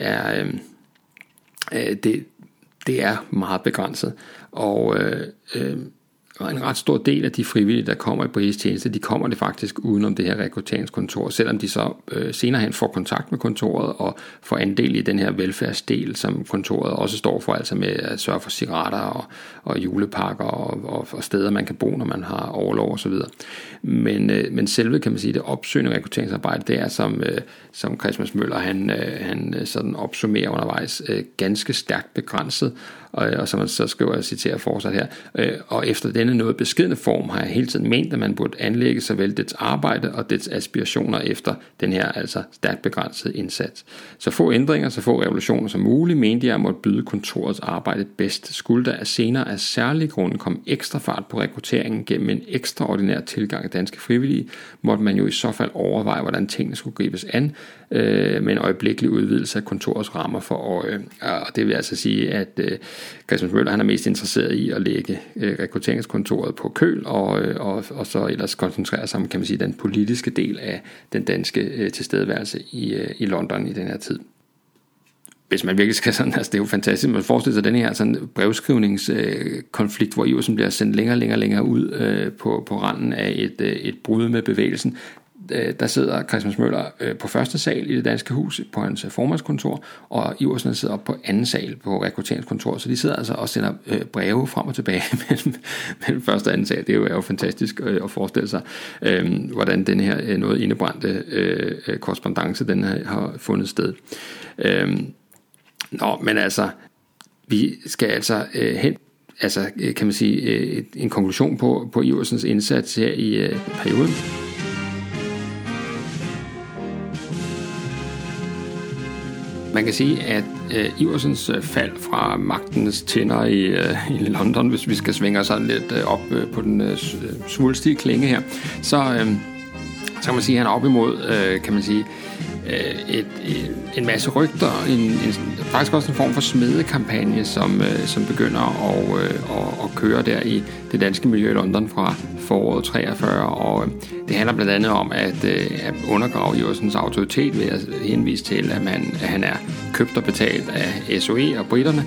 er meget begrænset, og en ret stor del af de frivillige, der kommer i britisk tjeneste, de kommer det faktisk udenom det her rekrutteringskontor, selvom de så senere hen får kontakt med kontoret og får andel i den her velfærdsdel, som kontoret også står for, altså med at sørge for cigaretter og julepakker og steder, man kan bo, når man har overlov og så videre. Men selve, kan man sige, det opsøgende rekrutteringsarbejde, det er, som Christmas Møller, han sådan opsummerer undervejs, ganske stærkt begrænset, og som man så skriver, jeg citerer fortsat her, og efter denne noget beskedne form har jeg hele tiden ment, at man burde anlægge såvel dets arbejde og dets aspirationer efter den her altså stærkt begrænsede indsats. Så få ændringer, så få revolutioner som muligt, mente jeg måtte byde kontorets arbejde bedst. Skulle der senere af særlige grunde komme ekstra fart på rekrutteringen gennem en ekstraordinær tilgang af danske frivillige, måtte man jo i så fald overveje, hvordan tingene skulle gribes an, med en øjeblikkelig udvidelse af kontorets rammer for øje. Og det vil altså sige, at Christmas Møller, han er mest interesseret i at lægge rekrutteringskontoret på køl, og så ellers koncentrere sig om, kan man sige, den politiske del af den danske tilstedeværelse i London i den her tid. Hvis man virkelig skal sådan, altså det er jo fantastisk, man forestiller sig den her sådan brevskrivningskonflikt, hvor Iversen bliver sendt længere ud på randen af et brud med bevægelsen. Der sidder Christmas Møller på første sal i det danske hus på hans formandskontor, og Iversen sidder op på anden sal på rekrutteringskontoret, så de sidder altså og sender breve frem og tilbage mellem første og anden sal. Det er jo fantastisk at forestille sig, hvordan den her noget indebrændte korrespondance, den har fundet sted. Men altså, vi skal altså hen, altså kan man sige, en konklusion på Iversens indsats her i perioden. Man kan sige, at Iversens fald fra magtens tænder i London, hvis vi skal svinge os sådan lidt op på den svulstige klinge her, så kan man sige, at han er op imod, kan man sige, en masse rygter, faktisk også en form for smedekampagne, som begynder at køre der i det danske miljø i London fra foråret 43, og det handler blandt andet om at undergrave Iversens autoritet ved at henvise til, at han er købt og betalt af SOE og briterne,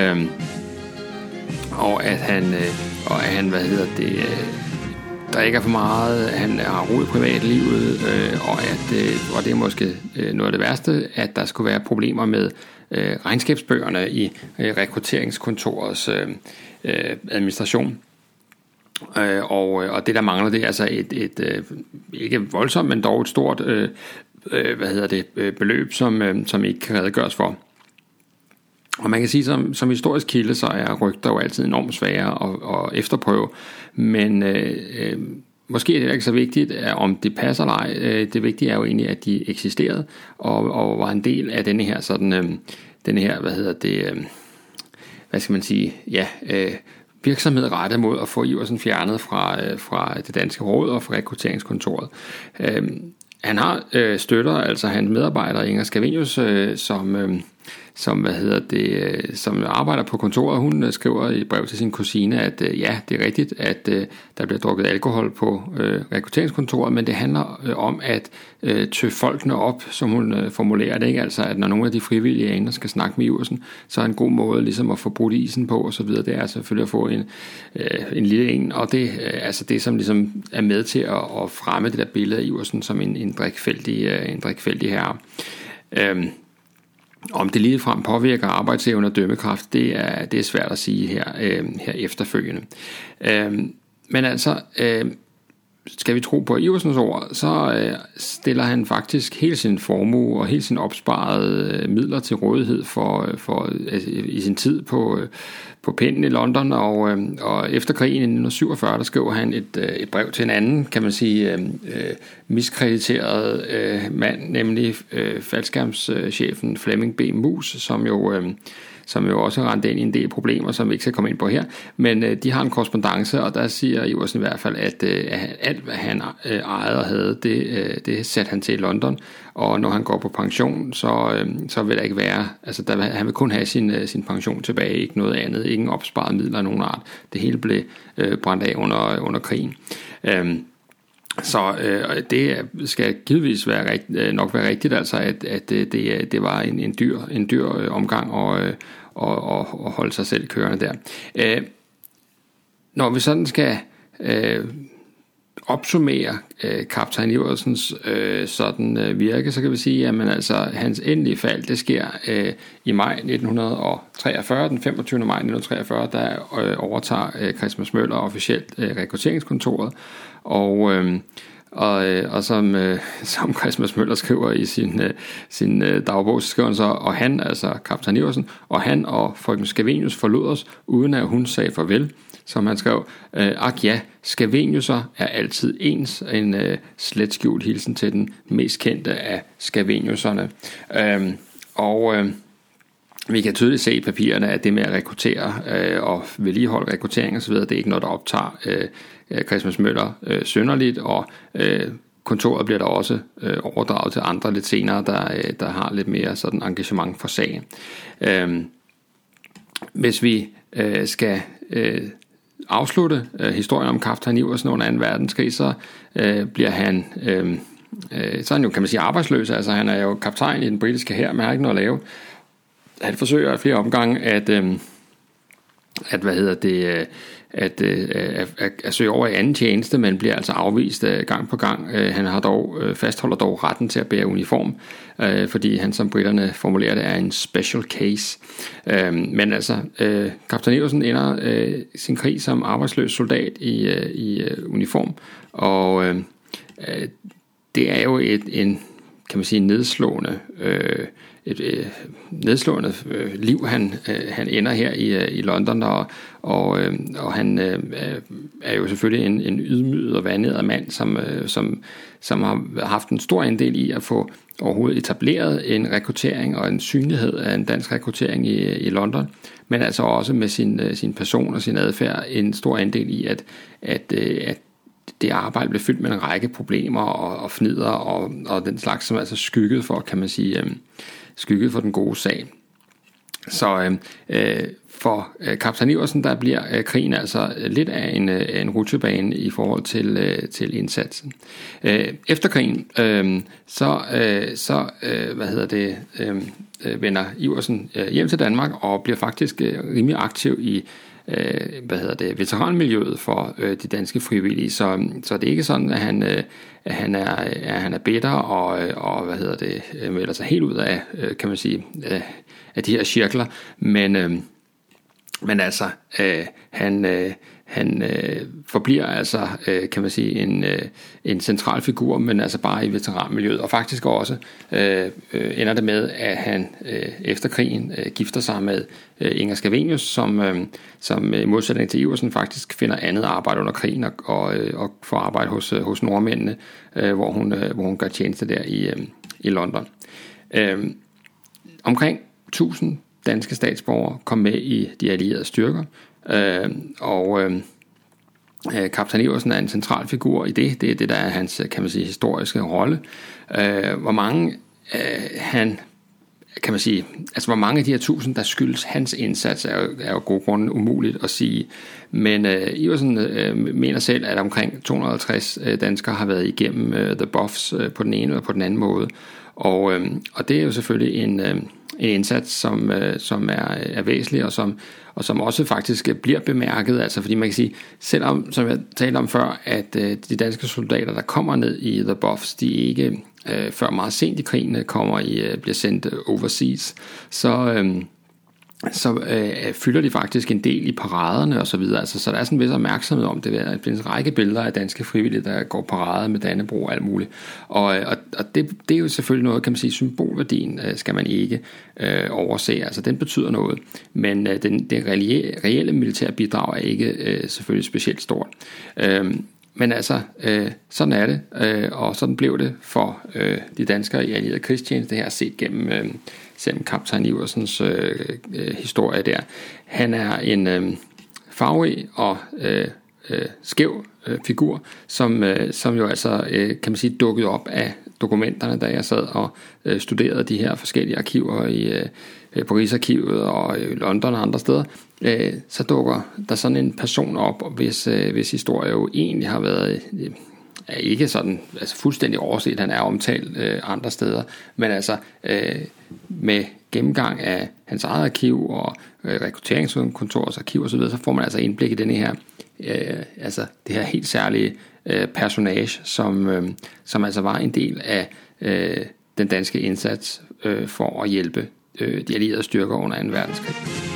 og at han drikker for meget, han har ro i privatlivet, og det er måske noget af det værste, at der skulle være problemer med regnskabsbøgerne i rekrutteringskontorets administration. Og det der mangler, det er altså et ikke voldsomt, men dog et stort beløb, som ikke kan redegøres for. Og man kan sige, som historisk kilde, så er rygter jo altid enormt svære at efterprøve, men måske er det ikke så vigtigt, om det passer eller ej. Det vigtige er jo egentlig, at de eksisterede, og var en del af denne her sådan, virksomhed rettet mod at få Iversen fjernet fra det danske råd og fra rekrutteringskontoret. Han har støtter, altså hans medarbejder Inger Scavenius, som arbejder på kontoret. Hun skriver i brev til sin kusine, at ja, det er rigtigt, at der bliver drukket alkohol på rekrutteringskontoret, men det handler om at tøve folkene op, som hun formulerer det, ikke? Altså at når nogle af de frivillige ender skal snakke med Iversen, så er en god måde ligesom at få brudt isen på og så videre, det er selvfølgelig at få en lille en, og det altså det som ligesom er med til at fremme det der billede af Iversen som en drikfældig herre. Om det ligefrem påvirker arbejdsevne og dømmekraft, det er svært at sige her efterfølgende. Men altså, skal vi tro på Iversens ord, så stiller han faktisk hele sin formue og hele sin opsparede midler til rådighed i sin tid på pinden i London, og efter krigen i 1947, der skrev han et brev til en anden, kan man sige, miskrediteret mand, nemlig faldskærmschefen Flemming B. Muus, som jo også har rendt ind i en del problemer, som vi ikke skal komme ind på her, men de har en korrespondance, og der siger Iversen i hvert fald, at alt hvad han ejede og havde, det satte han til i London, og når han går på pension, så vil der ikke være, altså han vil kun have sin pension tilbage, ikke noget andet, ingen opsparet midler af nogen art. Det hele blev brændt af under krigen. Så det skal givetvis nok være rigtigt, altså at det var en dyr omgang og holde sig selv kørende der. Når vi sådan skal opsummere kaptajn Iversens virke, så kan vi sige, at altså, hans endelige fald, det sker i maj 1943, den 25. maj 1943, der overtager Christmas Møller officielt rekrutteringskontoret, og som Christmas Møller skriver i sin dagbog, så skriver han så, og han, altså kaptajn Iversen, og han og frøken Scavenius forlod os, uden at hun sagde farvel, som han skrev, ak ja, Scaveniuser er altid ens, en slet skjult hilsen til den mest kendte af Scaveniuserne. Vi kan tydeligt se i papirerne, at det med at rekruttere og vedligeholde rekruttering osv., det er ikke noget, der optager Christmas Møller synderligt, og kontoret bliver der også overdraget til andre lidt senere, der har lidt mere sådan engagement for sagen. Hvis vi skal afslutte historien om kaptajn Iversen under 2. verdenskrig, så bliver han så er han jo, kan man sige, arbejdsløs. Altså han er jo kaptajn i den britiske hær, men har ikke noget at lave. Han forsøger flere omgange at søge over i anden tjeneste, men bliver altså afvist gang på gang. Han fastholder dog retten til at bære uniform, fordi han, som briterne formulerer det, er en special case. Men altså, kaptajn Iversen ender sin krig som arbejdsløs soldat i uniform, og det er jo kan man sige, nedslående liv, han ender her i London, og han er jo selvfølgelig en ydmyget og vanæret mand, som har haft en stor andel i at få overhovedet etableret en rekruttering og en synlighed af en dansk rekruttering i London, men altså også med sin person og sin adfærd en stor andel i, at det arbejde blev fyldt med en række problemer og fnider og den slags, som altså skyggede for, kan man sige, skyggede for den gode sag. Så for kaptajn Iversen, der bliver krigen altså lidt af en rutsjebane i forhold til indsatsen. Efter krigen, vender Iversen hjem til Danmark og bliver faktisk rimelig aktiv i veteranmiljøet for de danske frivillige, så det er ikke sådan, at han er bitter og melder sig helt ud af, kan man sige, af de her cirkler, men altså han forbliver altså, kan man sige, en central figur, men altså bare i veteranmiljøet, og faktisk også ender det med, at han efter krigen gifter sig med Inger Scavenius, som i modsætning til Iversen faktisk finder andet arbejde under krigen og får arbejde hos nordmændene, hvor hun gør tjeneste der i London. Omkring 1000 danske statsborgere kom med i de allierede styrker, kaptajn Iversen er en central figur i det. Det er det, der er hans, kan man sige, historiske rolle. Hvor mange hvor mange af de her 1000, der skyldes hans indsats, er jo god grund umuligt at sige. Men Iversen mener selv, at omkring 250 danskere har været igennem The Buffs på den ene og på den anden måde. Og det er jo selvfølgelig en indsats, som er væsentlig, og som også faktisk bliver bemærket, altså fordi man kan sige, selvom, som jeg talte om før, at de danske soldater, der kommer ned i The Buffs, de ikke før meget sent i krigen bliver sendt overseas, så fylder de faktisk en del i paraderne og så videre, altså, så der er sådan en vis opmærksomhed om det. Der findes en række billeder af danske frivillige, der går parade med Dannebrog og alt muligt, og det er jo selvfølgelig noget, kan man sige, symbolværdien skal man ikke overse, altså den betyder noget, men det reelle militære bidrag er ikke selvfølgelig specielt stort. Men altså, sådan er det, og sådan blev det for de danskere i allieret krigstjeneste her, set gennem kaptajn Iversens historie der. Han er en farverig og skæv figur, som jo altså, kan man sige, dukkede op af dokumenterne, da jeg sad og studerede de her forskellige arkiver på Rigsarkivet og i London og andre steder. Så dukker der sådan en person op, hvis historie jo egentlig har været ikke sådan altså fuldstændig overset, han er omtalt andre steder, men altså med gennemgang af hans eget arkiv og rekrutteringskontorets arkiv og så videre, så får man altså indblik i denne her altså det her helt særlige personage, som altså var en del af den danske indsats for at hjælpe de allierede styrker under 2. verdenskrig.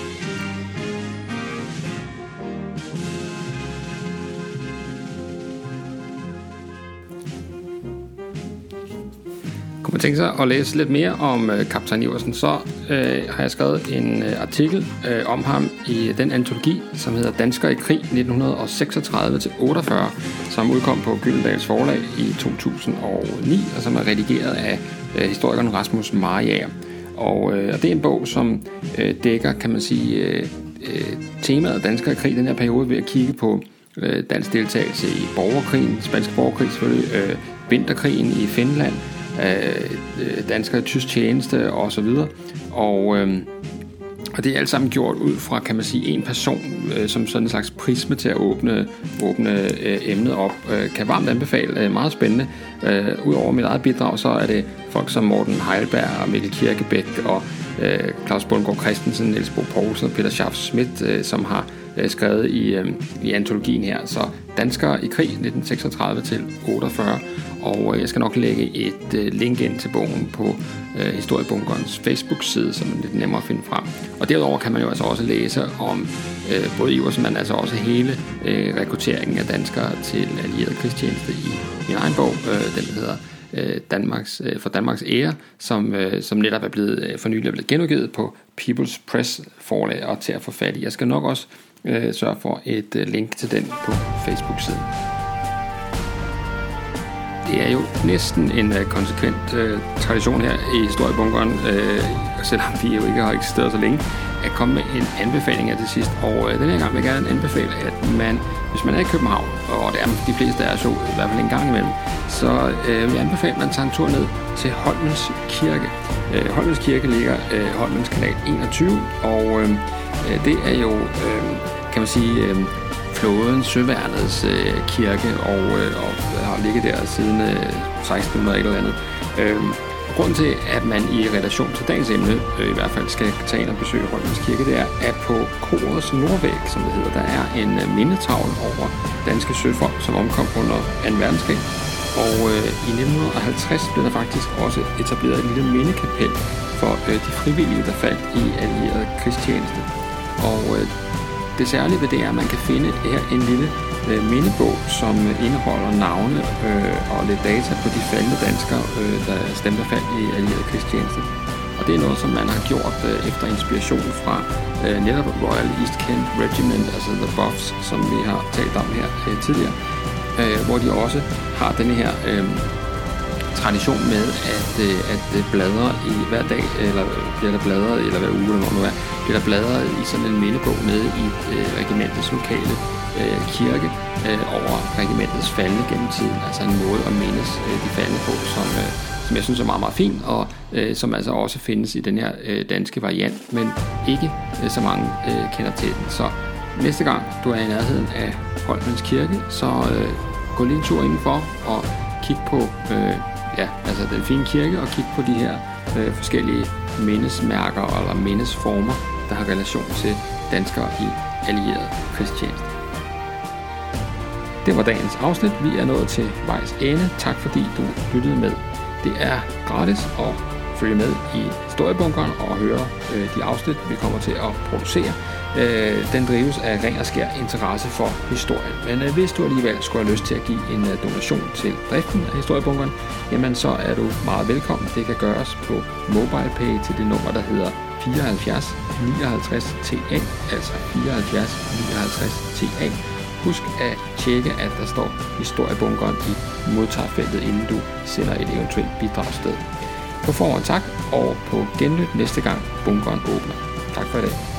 Kunne man tænke sig at læse lidt mere om kaptajn Iversen, så har jeg skrevet en artikel om ham i den antologi, som hedder Danskere i krig 1936-48, som udkom på Gyldendals Forlag i 2009, og som er redigeret af historikeren Rasmus Mariager. Og det er en bog, som dækker, kan man sige, temaet danskere i krig i den her periode ved at kigge på dansk deltagelse i borgerkrigen, spansk borgerkrig selvfølgelig, vinterkrigen i Finland, danskere i tysk tjeneste og så videre, og det er alt sammen gjort ud fra, kan man sige, en person som sådan en slags prisme til at åbne emnet op. Kan varmt anbefale, meget spændende. Udover mit eget bidrag, så er det folk som Morten Heilberg og Mikkel Kirkebæk og Claus Bundgaard Christensen, Niels Bo Poulsen og Peter Schaff Schmidt, som har skrevet i antologien her. Så Danskere i krig 1936-48, og jeg skal nok lægge et link ind til bogen på Historiebunkerens Facebook-side, som er lidt nemmere at finde frem. Og derudover kan man jo altså også læse om både Iversen, men altså også hele rekrutteringen af danskere til allieret krigstjeneste i min egen bog. Den hedder for Danmarks ære, som netop er blevet for nylig blevet genudgivet på People's Press forlag og til at få fat i. Jeg skal nok også sørge for et link til den på Facebook-siden. Det er jo næsten en konsekvent tradition her i Historiebunkeren, selvom vi jo ikke har eksisteret så længe, at komme med en anbefaling af til sidst. Og den her gang vil jeg gerne anbefale, at man, hvis man er i København, og det er de fleste af os jo i hvert fald en gang imellem, så vil jeg anbefale, at man tager en tur ned til Holmens Kirke. Holmens Kirke ligger Holmens Kanal 21, og det er jo, kan man sige, flåden, søværnets kirke, og har ligget der siden 1600 eller andet. Grunden til, at man i relation til dagens emne i hvert fald skal tage ind og besøge Holmens Kirke, det er, at på korets nordvæg, som det hedder, der er en mindetavle over danske søfolk, som omkom under 2. verdenskrig. Og i 1950 blev der faktisk også etableret et lille mindekapel for de frivillige, der faldt i allieret krigstjeneste. Og det særlige ved det er, at man kan finde her en lille mindebog, som indeholder navne og lidt data på de faldne danskere, der stemte faldt i allieret krigstjeneste. Og det er noget, som man har gjort efter inspiration fra netop Royal East Kent Regiment, altså The Buffs, som vi har talt om her tidligere, hvor de også har denne her tradition med at bladre i hver dag, eller bliver der bladret, eller hver uge, eller hvor nu er, bliver der bladret i sådan en mindebog nede i regimentets lokale kirke over regimentets faldne gennem tiden. Altså en måde at mindes de faldne på, som jeg synes er meget, meget fin, og som altså også findes i den her danske variant, men ikke så mange kender til den. Så næste gang du er i nærheden af Holmens Kirke, så gå lige en tur indenfor og kig på den fine kirke, og kig på de her forskellige mindesmærker eller mindesformer, der har relation til danskere i allieret krigstjeneste. Det var dagens afsnit. Vi er nået til vejs ende. Tak fordi du lyttede med. Det er gratis at følge med i Historiebunkeren og høre de afsnit, vi kommer til at producere. Den drives af ren og skær interesse for historien. Men hvis du alligevel skulle have lyst til at give en donation til driften af Historiebunkeren, jamen så er du meget velkommen. Det kan gøres på MobilePay til det nummer, der hedder 74 59 TA, altså 74 59 TA. Husk at tjekke, at der står Historiebunkeren i modtagerfeltet, inden du sender et eventuelt bidragssted. På forhånd tak, og på genlyt næste gang bunkeren åbner. Tak for i dag.